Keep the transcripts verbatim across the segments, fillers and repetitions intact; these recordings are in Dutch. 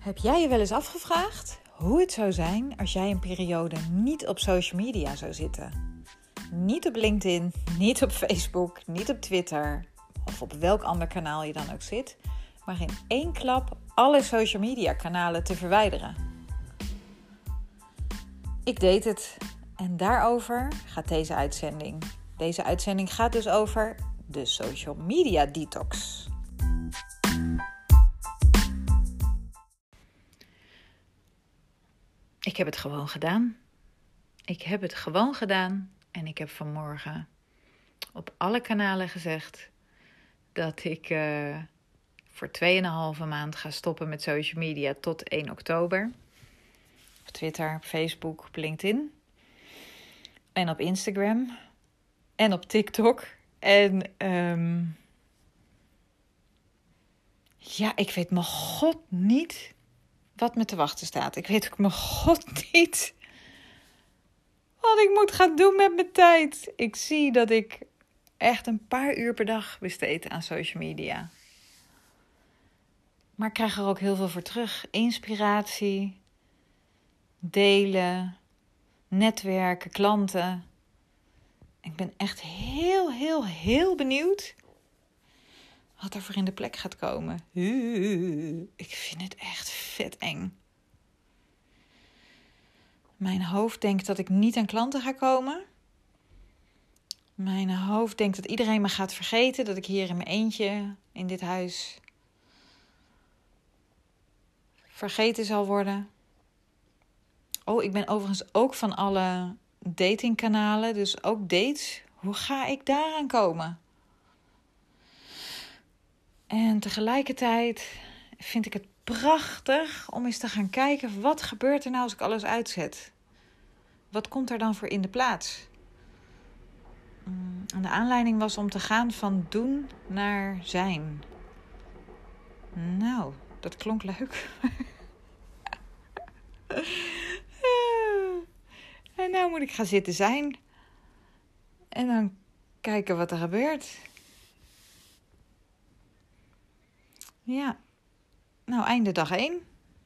Heb jij je wel eens afgevraagd hoe het zou zijn als jij een periode niet op social media zou zitten? Niet op LinkedIn, niet op Facebook, niet op Twitter of op welk ander kanaal je dan ook zit, maar in één klap alle social media kanalen te verwijderen. Ik deed het en daarover gaat deze uitzending. Deze uitzending gaat dus over de social media detox. Ik heb het gewoon gedaan. Ik heb het gewoon gedaan en ik heb vanmorgen op alle kanalen gezegd dat ik uh, voor tweeënhalve maand ga stoppen met social media tot één oktober. Op Twitter, op Facebook, op LinkedIn en op Instagram en op TikTok. En um, ja, ik weet mijn god niet wat me te wachten staat. Ik weet ook mijn god niet wat ik moet gaan doen met mijn tijd. Ik zie dat ik echt een paar uur per dag besteed aan social media. Maar ik krijg er ook heel veel voor terug. Inspiratie, delen, netwerken, klanten. Ik ben echt heel, heel, heel benieuwd wat er voor in de plek gaat komen. Ik vind het echt vet eng. Mijn hoofd denkt dat ik niet aan klanten ga komen. Mijn hoofd denkt dat iedereen me gaat vergeten. Dat ik hier in mijn eentje in dit huis vergeten zal worden. Oh, ik ben overigens ook van alle datingkanalen. Dus ook dates. Hoe ga ik daaraan komen? En tegelijkertijd vind ik het prachtig om eens te gaan kijken, wat gebeurt er nou als ik alles uitzet? Wat komt er dan voor in de plaats? En de aanleiding was om te gaan van doen naar zijn. Nou, dat klonk leuk. En nou moet ik gaan zitten zijn. En dan kijken wat er gebeurt. Ja, nou einde dag één.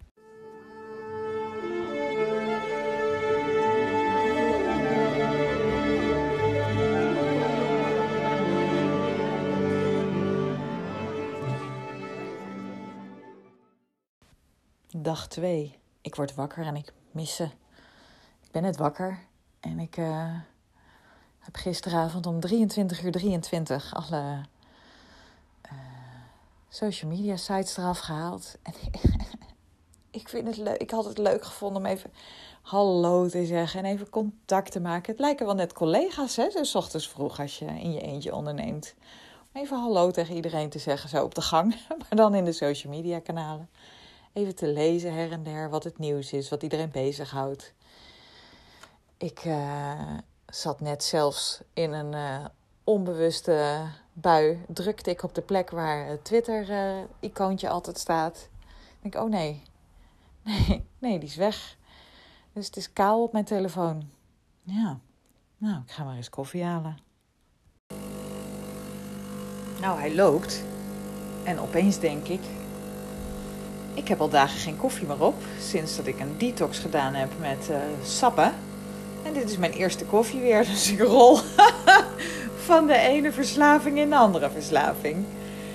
Dag twee. Ik word wakker en ik mis ze. Ik ben net wakker en ik uh, heb gisteravond om drieëntwintig uur drieëntwintig alle uh, social media sites eraf gehaald. En ik vind het leuk. Ik had het leuk gevonden om even hallo te zeggen en even contact te maken. Het lijken wel net collega's, hè, zo 's ochtends vroeg als je in je eentje onderneemt. Om even hallo tegen iedereen te zeggen, zo op de gang, maar dan in de social media kanalen. Even te lezen her en der wat het nieuws is, wat iedereen bezighoudt. Ik uh, zat net zelfs in een uh, onbewuste bui. Drukte ik op de plek waar het Twitter-icoontje uh, altijd staat. Ik denk, oh nee. nee, nee, die is weg. Dus het is kaal op mijn telefoon. Ja, nou, ik ga maar eens koffie halen. Nou, hij loopt. En opeens denk ik, ik heb al dagen geen koffie meer op, sinds dat ik een detox gedaan heb met uh, sappen. En dit is mijn eerste koffie weer, dus ik rol van de ene verslaving in de andere verslaving.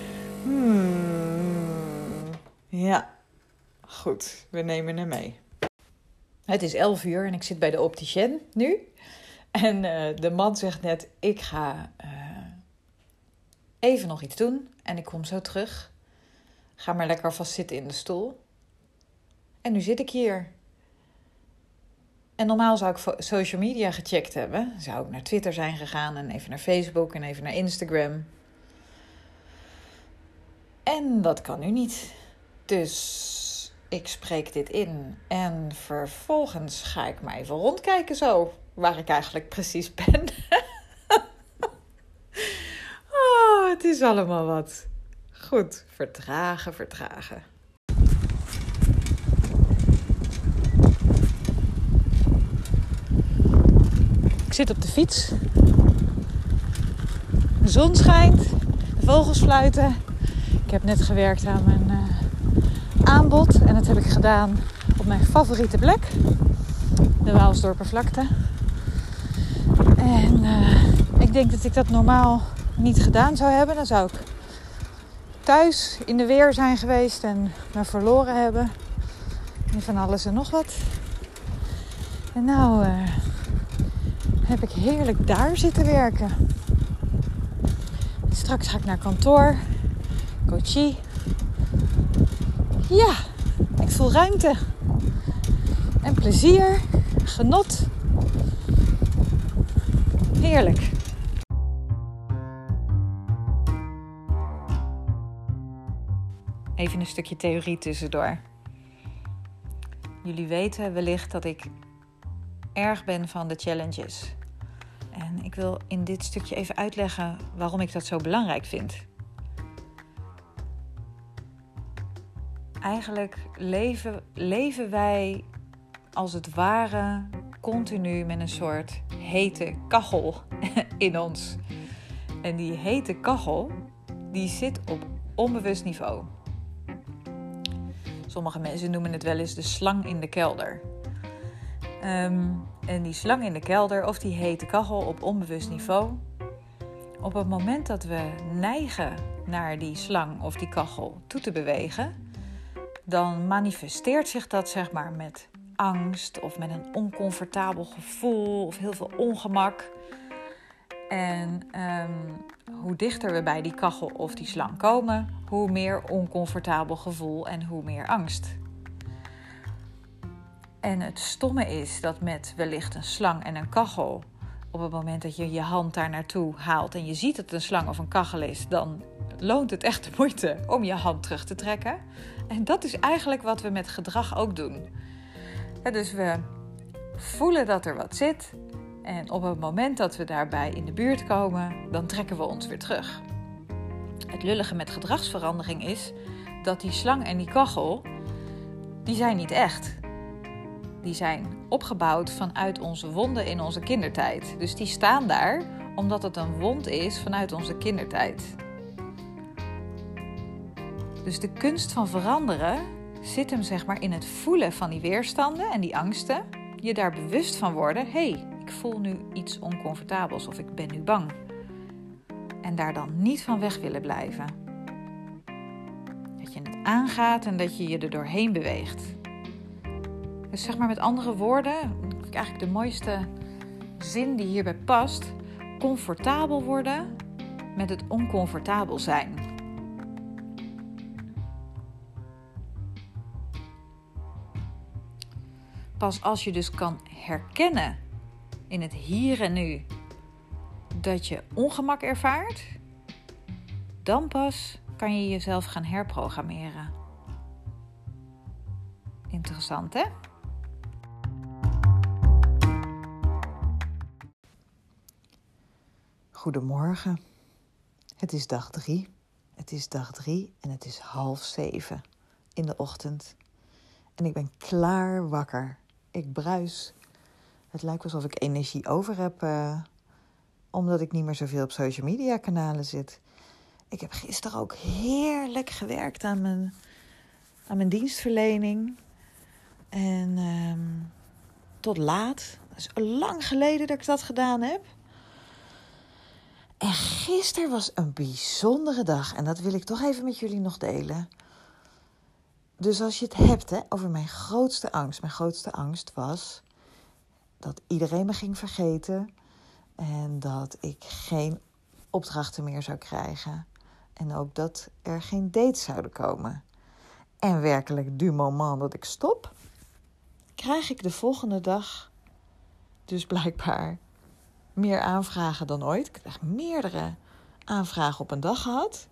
Hmm. Ja, goed, we nemen hem mee. Het is elf uur en ik zit bij de opticien nu. En uh, de man zegt net, ik ga uh, even nog iets doen en ik kom zo terug. Ga maar lekker vast zitten in de stoel. En nu zit ik hier. En normaal zou ik social media gecheckt hebben. Zou ik naar Twitter zijn gegaan en even naar Facebook en even naar Instagram. En dat kan nu niet. Dus ik spreek dit in. En vervolgens ga ik maar even rondkijken zo. Waar ik eigenlijk precies ben. Oh, het is allemaal wat. Goed, vertragen, vertragen. Ik zit op de fiets. De zon schijnt. De vogels fluiten. Ik heb net gewerkt aan mijn uh, aanbod. En dat heb ik gedaan op mijn favoriete plek. De Waalsdorpervlakte. En uh, ik denk dat ik dat normaal niet gedaan zou hebben. Dan zou ik thuis in de weer zijn geweest en me verloren hebben. En van alles en nog wat. En nou uh, heb ik heerlijk daar zitten werken. En straks ga ik naar kantoor. Coachie. Ja, ik voel ruimte. En plezier. Genot. Heerlijk. Even een stukje theorie tussendoor. Jullie weten wellicht dat ik erg ben van de challenges. En ik wil in dit stukje even uitleggen waarom ik dat zo belangrijk vind. Eigenlijk leven, leven wij als het ware continu met een soort hete kachel in ons. En die hete kachel, die zit op onbewust niveau. Sommige mensen noemen het wel eens de slang in de kelder. Um, en die slang in de kelder of die hete kachel op onbewust niveau. Op het moment dat we neigen naar die slang of die kachel toe te bewegen, dan manifesteert zich dat zeg maar met angst of met een oncomfortabel gevoel of heel veel ongemak. En um, hoe dichter we bij die kachel of die slang komen, hoe meer oncomfortabel gevoel en hoe meer angst. En het stomme is dat met wellicht een slang en een kachel, op het moment dat je je hand daar naartoe haalt en je ziet dat het een slang of een kachel is, dan loont het echt de moeite om je hand terug te trekken. En dat is eigenlijk wat we met gedrag ook doen. Ja, dus we voelen dat er wat zit. En op het moment dat we daarbij in de buurt komen, dan trekken we ons weer terug. Het lullige met gedragsverandering is dat die slang en die kachel, die zijn niet echt. Die zijn opgebouwd vanuit onze wonden in onze kindertijd. Dus die staan daar omdat het een wond is vanuit onze kindertijd. Dus de kunst van veranderen zit hem zeg maar in het voelen van die weerstanden en die angsten. Je daar bewust van worden. Hé, hey, ik voel nu iets oncomfortabels of ik ben nu bang. En daar dan niet van weg willen blijven. Dat je het aangaat en dat je je er doorheen beweegt. Dus zeg maar met andere woorden, vind ik eigenlijk de mooiste zin die hierbij past. Comfortabel worden met het oncomfortabel zijn. Pas als je dus kan herkennen in het hier en nu dat je ongemak ervaart, dan pas kan je jezelf gaan herprogrammeren. Interessant, hè? Goedemorgen. Het is dag drie. Het is dag drie en het is half zeven in de ochtend. En ik ben klaar wakker. Ik bruis. Het lijkt alsof ik energie over heb, uh, omdat ik niet meer zoveel op social media kanalen zit. Ik heb gisteren ook heerlijk gewerkt aan mijn, aan mijn dienstverlening. En um, tot laat. Dat is lang geleden dat ik dat gedaan heb. En gisteren was een bijzondere dag. En dat wil ik toch even met jullie nog delen. Dus als je het hebt hè, over mijn grootste angst. Mijn grootste angst was dat iedereen me ging vergeten. En dat ik geen opdrachten meer zou krijgen. En ook dat er geen dates zouden komen. En werkelijk, du moment dat ik stop, krijg ik de volgende dag dus blijkbaar meer aanvragen dan ooit. Ik heb echt meerdere aanvragen op een dag gehad.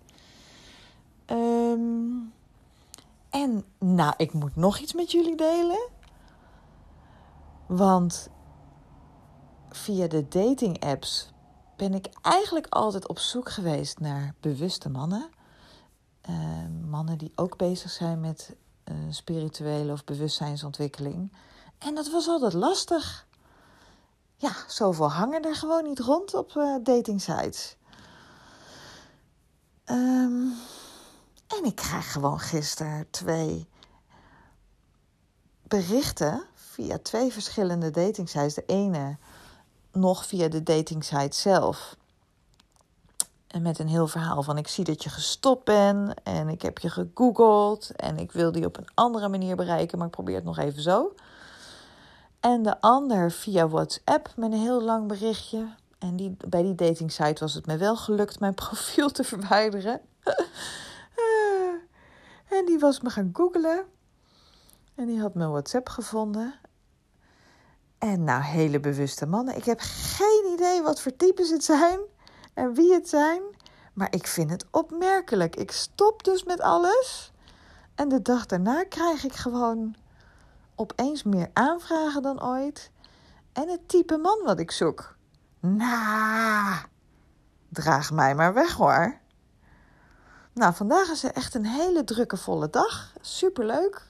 Um, en nou, ik moet nog iets met jullie delen. Want via de dating apps ben ik eigenlijk altijd op zoek geweest naar bewuste mannen. Uh, mannen die ook bezig zijn met uh, spirituele of bewustzijnsontwikkeling. En dat was altijd lastig. Ja, zoveel hangen er gewoon niet rond op uh, datingsites. Um, en ik krijg gewoon gisteren twee berichten via twee verschillende datingsites. De ene nog via de datingsite zelf. En met een heel verhaal van ik zie dat je gestopt bent en ik heb je gegoogeld en ik wil die op een andere manier bereiken, maar ik probeer het nog even zo. En de ander via WhatsApp met een heel lang berichtje. En die, bij die datingsite was het me wel gelukt mijn profiel te verwijderen. En die was me gaan googlen. En die had mijn WhatsApp gevonden. En nou, hele bewuste mannen. Ik heb geen idee wat voor types het zijn en wie het zijn. Maar ik vind het opmerkelijk. Ik stop dus met alles. En de dag daarna krijg ik gewoon opeens meer aanvragen dan ooit. En het type man wat ik zoek. Nou, draag mij maar weg hoor. Nou, vandaag is er echt een hele drukke volle dag. Superleuk.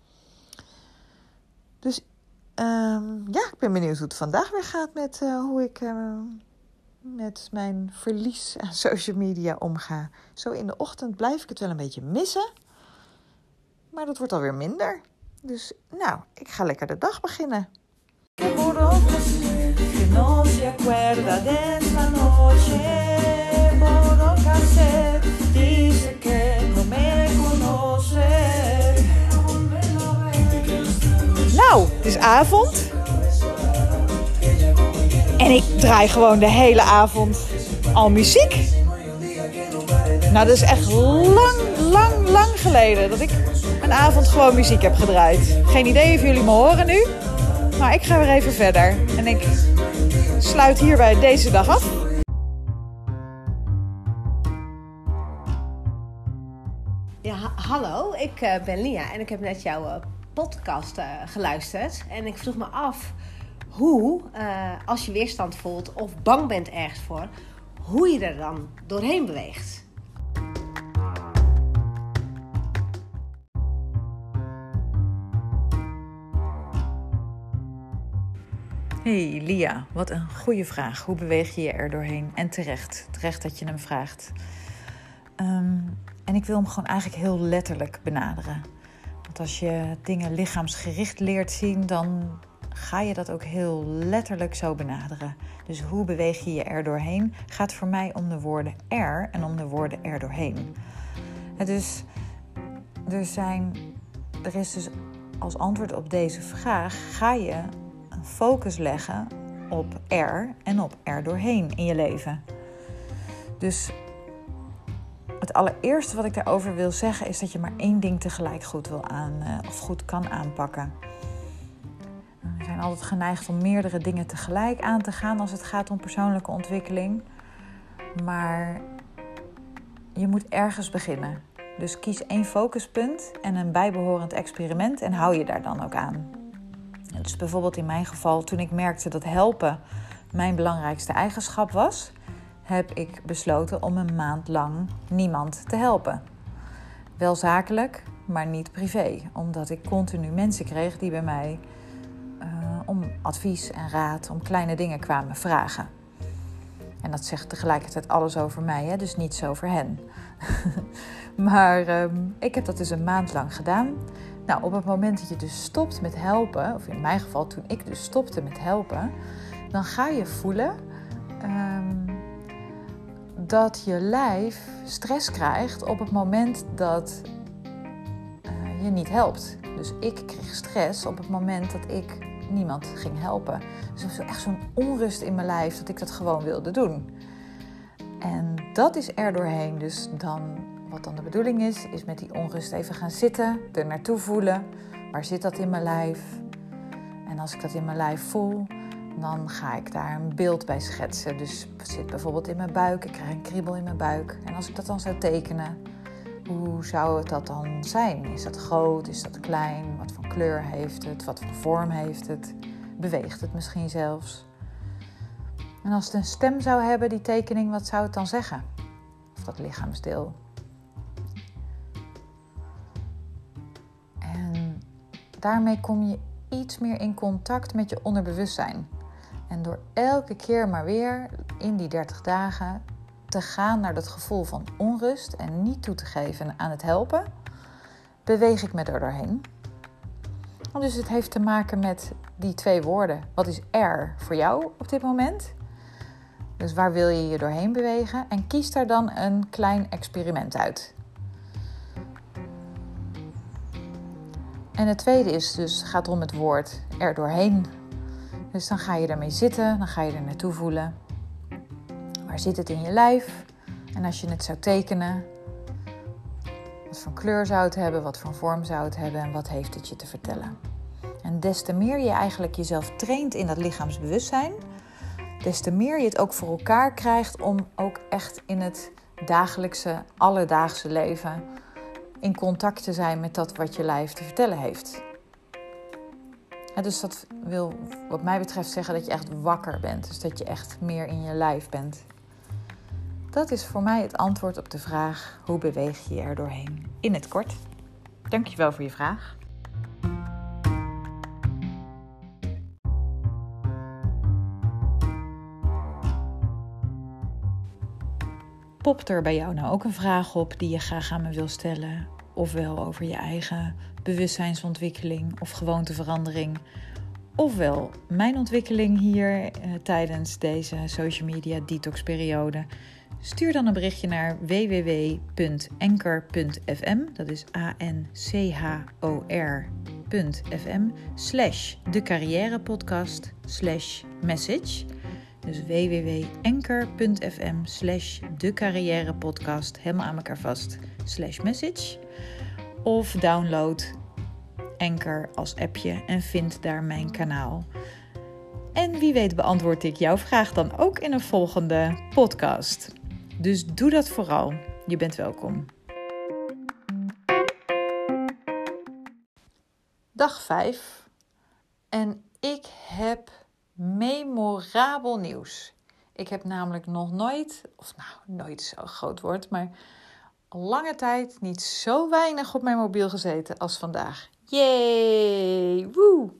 Dus um, ja, ik ben benieuwd hoe het vandaag weer gaat met uh, hoe ik uh, met mijn verlies aan social media omga. Zo in de ochtend blijf ik het wel een beetje missen. Maar dat wordt alweer minder. Dus nou, ik ga lekker de dag beginnen. Nou, het is avond. En ik draai gewoon de hele avond al muziek. Nou, dat is echt lang, lang, lang geleden dat ik een avond gewoon muziek heb gedraaid. Geen idee of jullie me horen nu. Maar ik ga weer even verder. En ik sluit hierbij deze dag af. Ja, ha- hallo. Ik uh, ben Lia en ik heb net jouw uh, podcast uh, geluisterd. En ik vroeg me af hoe, uh, als je weerstand voelt of bang bent ergens voor, hoe je er dan doorheen beweegt. Hey Lia, wat een goede vraag. Hoe beweeg je je er doorheen? En terecht, terecht dat je hem vraagt. Um, en ik wil hem gewoon eigenlijk heel letterlijk benaderen. Want als je dingen lichaamsgericht leert zien, dan ga je dat ook heel letterlijk zo benaderen. Dus hoe beweeg je je er doorheen? Gaat voor mij om de woorden er en om de woorden er doorheen. Dus er, zijn, er is dus als antwoord op deze vraag, ga je een focus leggen op er en op er doorheen in je leven. Dus het allereerste wat ik daarover wil zeggen is dat je maar één ding tegelijk goed wil aan of goed kan aanpakken. We zijn altijd geneigd om meerdere dingen tegelijk aan te gaan als het gaat om persoonlijke ontwikkeling. Maar je moet ergens beginnen. Dus kies één focuspunt en een bijbehorend experiment en hou je daar dan ook aan. Dus bijvoorbeeld in mijn geval, toen ik merkte dat helpen mijn belangrijkste eigenschap was, heb ik besloten om een maand lang niemand te helpen. Wel zakelijk, maar niet privé. Omdat ik continu mensen kreeg die bij mij uh, om advies en raad, om kleine dingen kwamen vragen. En dat zegt tegelijkertijd alles over mij, hè? Dus niets over hen. maar um, ik heb dat dus een maand lang gedaan. Nou, op het moment dat je dus stopt met helpen, of in mijn geval toen ik dus stopte met helpen, dan ga je voelen um, dat je lijf stress krijgt op het moment dat uh, je niet helpt. Dus ik kreeg stress op het moment dat ik niemand ging helpen. Dus er was echt zo'n onrust in mijn lijf dat ik dat gewoon wilde doen. En dat is er doorheen. Dus dan, wat dan de bedoeling is, is met die onrust even gaan zitten, er naartoe voelen. Waar zit dat in mijn lijf? En als ik dat in mijn lijf voel, dan ga ik daar een beeld bij schetsen. Dus het zit bijvoorbeeld in mijn buik, ik krijg een kriebel in mijn buik. En als ik dat dan zou tekenen, hoe zou het dat dan zijn? Is dat groot? Is dat klein? Wat voor kleur heeft het? Wat voor vorm heeft het? Beweegt het misschien zelfs? En als het een stem zou hebben, die tekening, wat zou het dan zeggen? Of dat lichaamsdeel. En daarmee kom je iets meer in contact met je onderbewustzijn. En door elke keer maar weer in die dertig dagen te gaan naar dat gevoel van onrust en niet toe te geven aan het helpen, beweeg ik me er doorheen. Dus het heeft te maken met die twee woorden. Wat is er voor jou op dit moment? Dus waar wil je je doorheen bewegen? En kies daar dan een klein experiment uit. En het tweede is dus, gaat om het woord er doorheen. Dus dan ga je ermee zitten, dan ga je er naartoe voelen. Waar zit het in je lijf? En als je het zou tekenen, wat voor kleur zou het hebben, wat voor vorm zou het hebben en wat heeft het je te vertellen? En des te meer je eigenlijk jezelf traint in dat lichaamsbewustzijn, des te meer je het ook voor elkaar krijgt om ook echt in het dagelijkse, alledaagse leven in contact te zijn met dat wat je lijf te vertellen heeft. Ja, dus dat wil wat mij betreft zeggen dat je echt wakker bent. Dus dat je echt meer in je lijf bent. Dat is voor mij het antwoord op de vraag, hoe beweeg je er doorheen? In het kort. Dankjewel voor je vraag. Popt er bij jou nou ook een vraag op die je graag aan me wil stellen? Ofwel over je eigen bewustzijnsontwikkeling of gewoonteverandering. Ofwel mijn ontwikkeling hier uh, tijdens deze social media detox periode. Stuur dan een berichtje naar w w w punt anchor punt f m. Dat is a n c h o r punt f m slash de carrièrepodcast slash message. Dus w w w punt anchor punt f m slash de carrièrepodcast, helemaal aan elkaar vast, slash message. Of download Anchor als appje en vind daar mijn kanaal. En wie weet beantwoord ik jouw vraag dan ook in een volgende podcast. Dus doe dat vooral. Je bent welkom. Dag vijf. En ik heb memorabel nieuws. Ik heb namelijk nog nooit, of nou nooit zo'n groot woord, maar al lange tijd niet zo weinig op mijn mobiel gezeten als vandaag. Yay! Woe!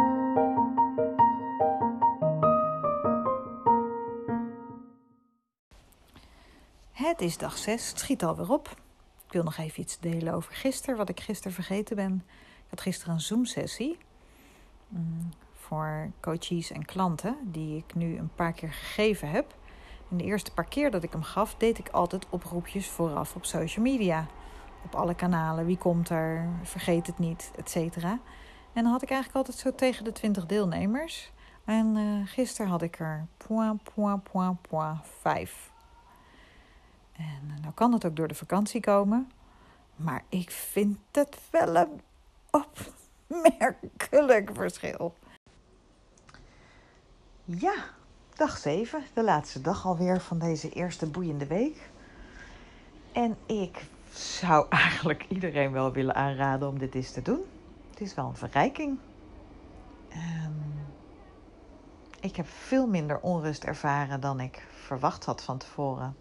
Het is dag zes, het schiet alweer op. Ik wil nog even iets delen over gisteren, wat ik gisteren vergeten ben. Ik had gisteren een Zoom-sessie mm, voor coaches en klanten, die ik nu een paar keer gegeven heb. En de eerste paar keer dat ik hem gaf, deed ik altijd oproepjes vooraf op social media. Op alle kanalen, wie komt er, vergeet het niet, et cetera. En dan had ik eigenlijk altijd zo tegen de twintig deelnemers. En uh, gisteren had ik er point, point, point, point, vijf. En uh, nou kan het ook door de vakantie komen. Maar ik vind het wel een opmerkelijk verschil. Ja, dag zeven. De laatste dag alweer van deze eerste boeiende week. En ik zou eigenlijk iedereen wel willen aanraden om dit eens te doen. Het is wel een verrijking. Um, ik heb veel minder onrust ervaren dan ik verwacht had van tevoren.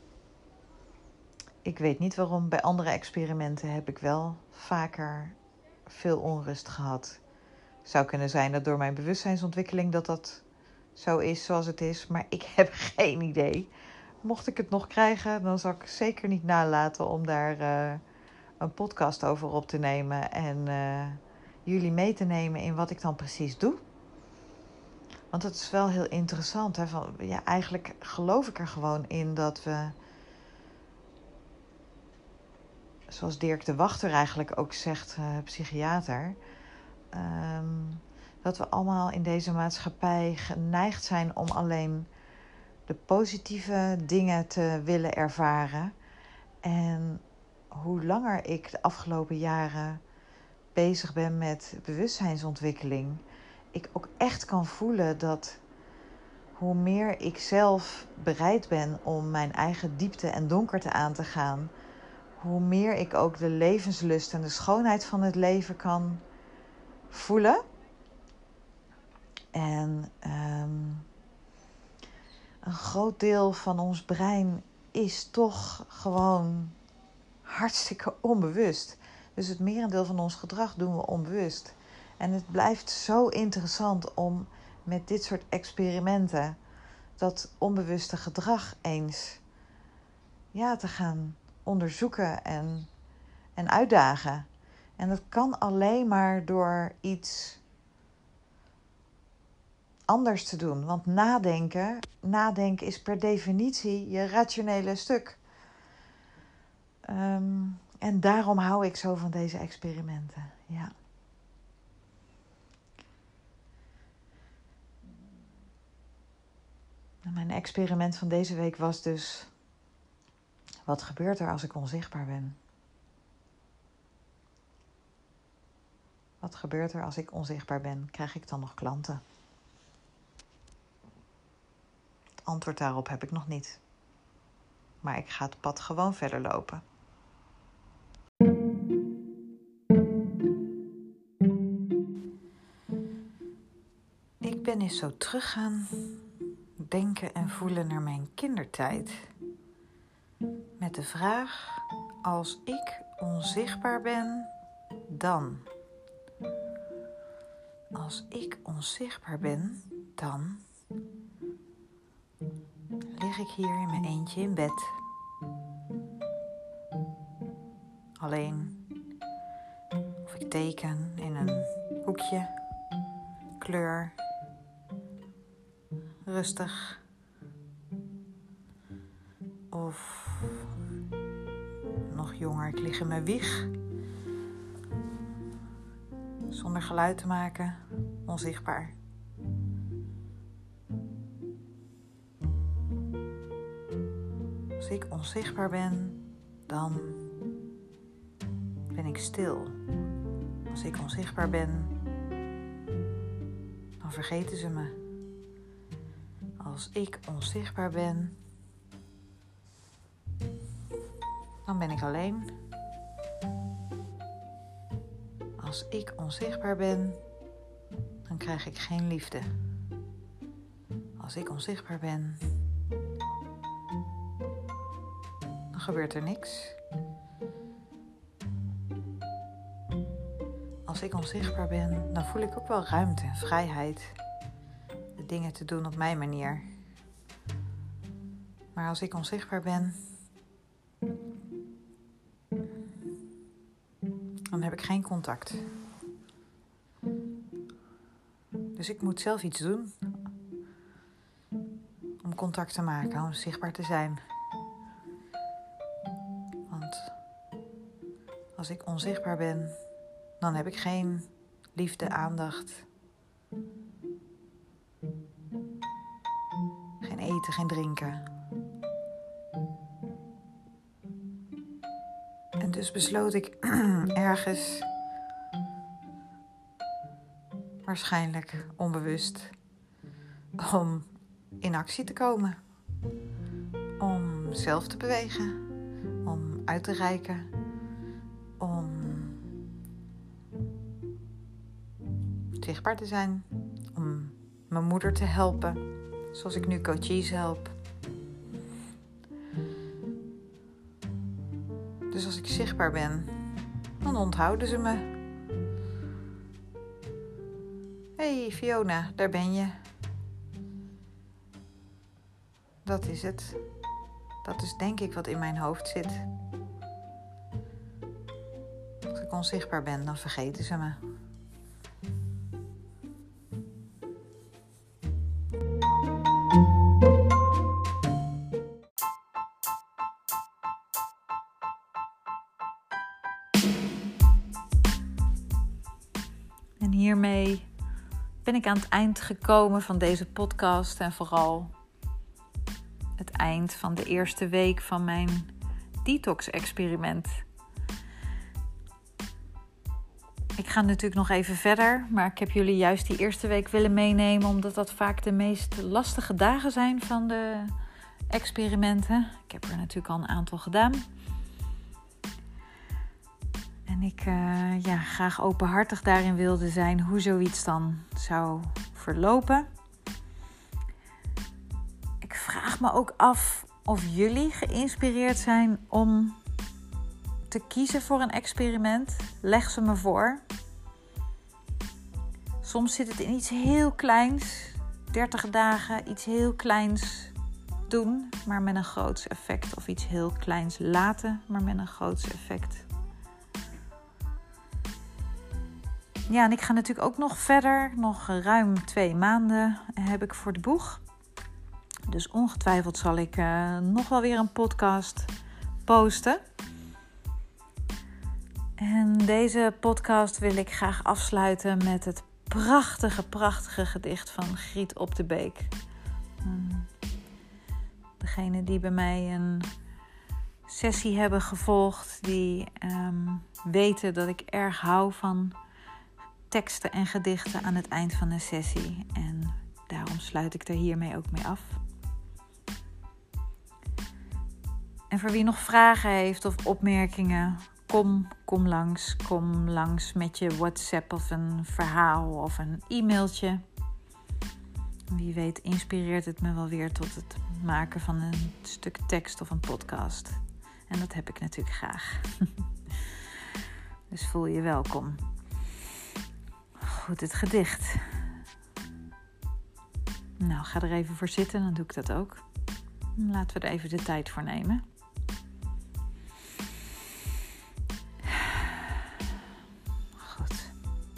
Ik weet niet waarom. Bij andere experimenten heb ik wel vaker veel onrust gehad. Het zou kunnen zijn dat door mijn bewustzijnsontwikkeling dat dat zo is zoals het is. Maar ik heb geen idee. Mocht ik het nog krijgen, dan zal ik zeker niet nalaten om daar uh, een podcast over op te nemen. En uh, jullie mee te nemen in wat ik dan precies doe. Want het is wel heel interessant. Hè? Van, ja, eigenlijk geloof ik er gewoon in dat we, zoals Dirk de Wachter eigenlijk ook zegt, uh, psychiater, um, dat we allemaal in deze maatschappij geneigd zijn om alleen de positieve dingen te willen ervaren. En hoe langer ik de afgelopen jaren bezig ben met bewustzijnsontwikkeling, ik ook echt kan voelen dat hoe meer ik zelf bereid ben om mijn eigen diepte en donkerte aan te gaan, hoe meer ik ook de levenslust en de schoonheid van het leven kan voelen. En um, een groot deel van ons brein is toch gewoon hartstikke onbewust. Dus het merendeel van ons gedrag doen we onbewust. En het blijft zo interessant om met dit soort experimenten dat onbewuste gedrag eens ja, te gaan onderzoeken en, en uitdagen. En dat kan alleen maar door iets anders te doen. Want nadenken, nadenken is per definitie je rationele stuk. Um, en daarom hou ik zo van deze experimenten. Ja. En mijn experiment van deze week was dus: wat gebeurt er als ik onzichtbaar ben? Wat gebeurt er als ik onzichtbaar ben? Krijg ik dan nog klanten? Het antwoord daarop heb ik nog niet. Maar ik ga het pad gewoon verder lopen. Ik ben eens zo terug gaan denken en voelen naar mijn kindertijd. Met de vraag: als ik onzichtbaar ben, dan? Als ik onzichtbaar ben, dan lig ik hier in mijn eentje in bed. Alleen. Of ik teken in een hoekje. Kleur. Rustig. Of nog jonger, ik lig in mijn wieg. Zonder geluid te maken. Onzichtbaar. Als ik onzichtbaar ben, dan ben ik stil. Als ik onzichtbaar ben, dan vergeten ze me. Als ik onzichtbaar ben, dan ben ik alleen. Als ik onzichtbaar ben, dan krijg ik geen liefde. Als ik onzichtbaar ben, dan gebeurt er niks. Als ik onzichtbaar ben, dan voel ik ook wel ruimte en vrijheid. De dingen te doen op mijn manier. Maar als ik onzichtbaar ben, dan heb ik geen contact. Dus ik moet zelf iets doen om contact te maken, om zichtbaar te zijn. Want als ik onzichtbaar ben, dan heb ik geen liefde, aandacht. Geen eten, geen drinken. En dus besloot ik ergens, waarschijnlijk onbewust, om in actie te komen. Om zelf te bewegen. Om uit te reiken. Om zichtbaar te zijn. Om mijn moeder te helpen. Zoals ik nu coaches help. Dus als ik zichtbaar ben, dan onthouden ze me. Hey Fiona, daar ben je. Dat is het. Dat is denk ik wat in mijn hoofd zit. Als ik onzichtbaar ben, dan vergeten ze me. En hiermee ben ik aan het eind gekomen van deze podcast en vooral het eind van de eerste week van mijn detox-experiment. Ik ga natuurlijk nog even verder, maar ik heb jullie juist die eerste week willen meenemen, omdat dat vaak de meest lastige dagen zijn van de experimenten. Ik heb er natuurlijk al een aantal gedaan. En ik uh, ja, graag openhartig daarin wilde zijn hoe zoiets dan zou verlopen. Ik vraag me ook af of jullie geïnspireerd zijn om te kiezen voor een experiment. Leg ze me voor. Soms zit het in iets heel kleins. dertig dagen iets heel kleins doen, maar met een groots effect. Of iets heel kleins laten, maar met een groots effect. ja, en ik ga natuurlijk ook nog verder. Nog ruim twee maanden heb ik voor de boeg. Dus ongetwijfeld zal ik uh, nog wel weer een podcast posten. En deze podcast wil ik graag afsluiten met het prachtige, prachtige gedicht van Griet Op de Beek. Um, degene die bij mij een sessie hebben gevolgd, die um, weten dat ik erg hou van teksten en gedichten aan het eind van een sessie. En daarom sluit ik er hiermee ook mee af. En voor wie nog vragen heeft of opmerkingen, kom, kom langs. Kom langs met je WhatsApp of een verhaal of een e-mailtje. Wie weet inspireert het me wel weer tot het maken van een stuk tekst of een podcast. En dat heb ik natuurlijk graag. Dus voel je welkom. Goed, het gedicht. Nou, ga er even voor zitten, dan doe ik dat ook. Laten we er even de tijd voor nemen. Goed.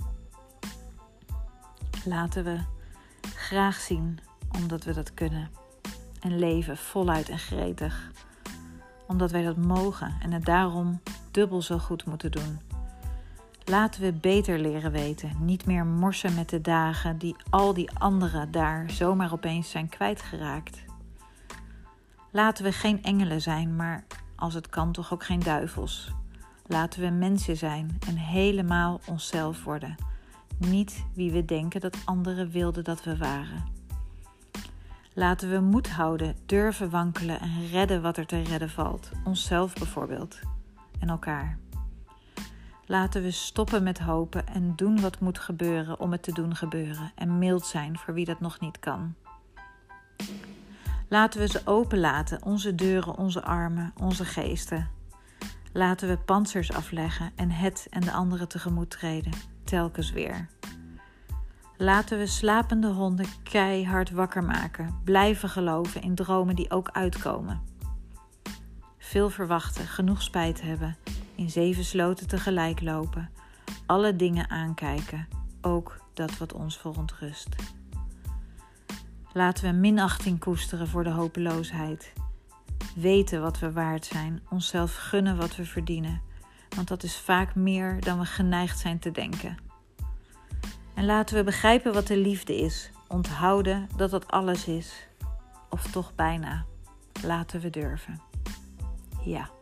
Laten we graag zien, omdat we dat kunnen. En leven voluit en gretig. Omdat wij dat mogen en het daarom dubbel zo goed moeten doen. Laten we beter leren weten. Niet meer morsen met de dagen die al die anderen daar zomaar opeens zijn kwijtgeraakt. Laten we geen engelen zijn, maar als het kan toch ook geen duivels. Laten we mensen zijn en helemaal onszelf worden. Niet wie we denken dat anderen wilden dat we waren. Laten we moed houden, durven wankelen en redden wat er te redden valt. Onszelf bijvoorbeeld. En elkaar. Laten we stoppen met hopen en doen wat moet gebeuren om het te doen gebeuren. En mild zijn voor wie dat nog niet kan. Laten we ze openlaten, onze deuren, onze armen, onze geesten. Laten we pantsers afleggen en het en de anderen tegemoet treden, telkens weer. Laten we slapende honden keihard wakker maken, blijven geloven in dromen die ook uitkomen. Veel verwachten, genoeg spijt hebben, in zeven sloten tegelijk lopen, alle dingen aankijken, ook dat wat ons verontrust. Laten we minachting koesteren voor de hopeloosheid. Weten wat we waard zijn, onszelf gunnen wat we verdienen, want dat is vaak meer dan we geneigd zijn te denken. En laten we begrijpen wat de liefde is, onthouden dat dat alles is, of toch bijna. Laten we durven. Ja.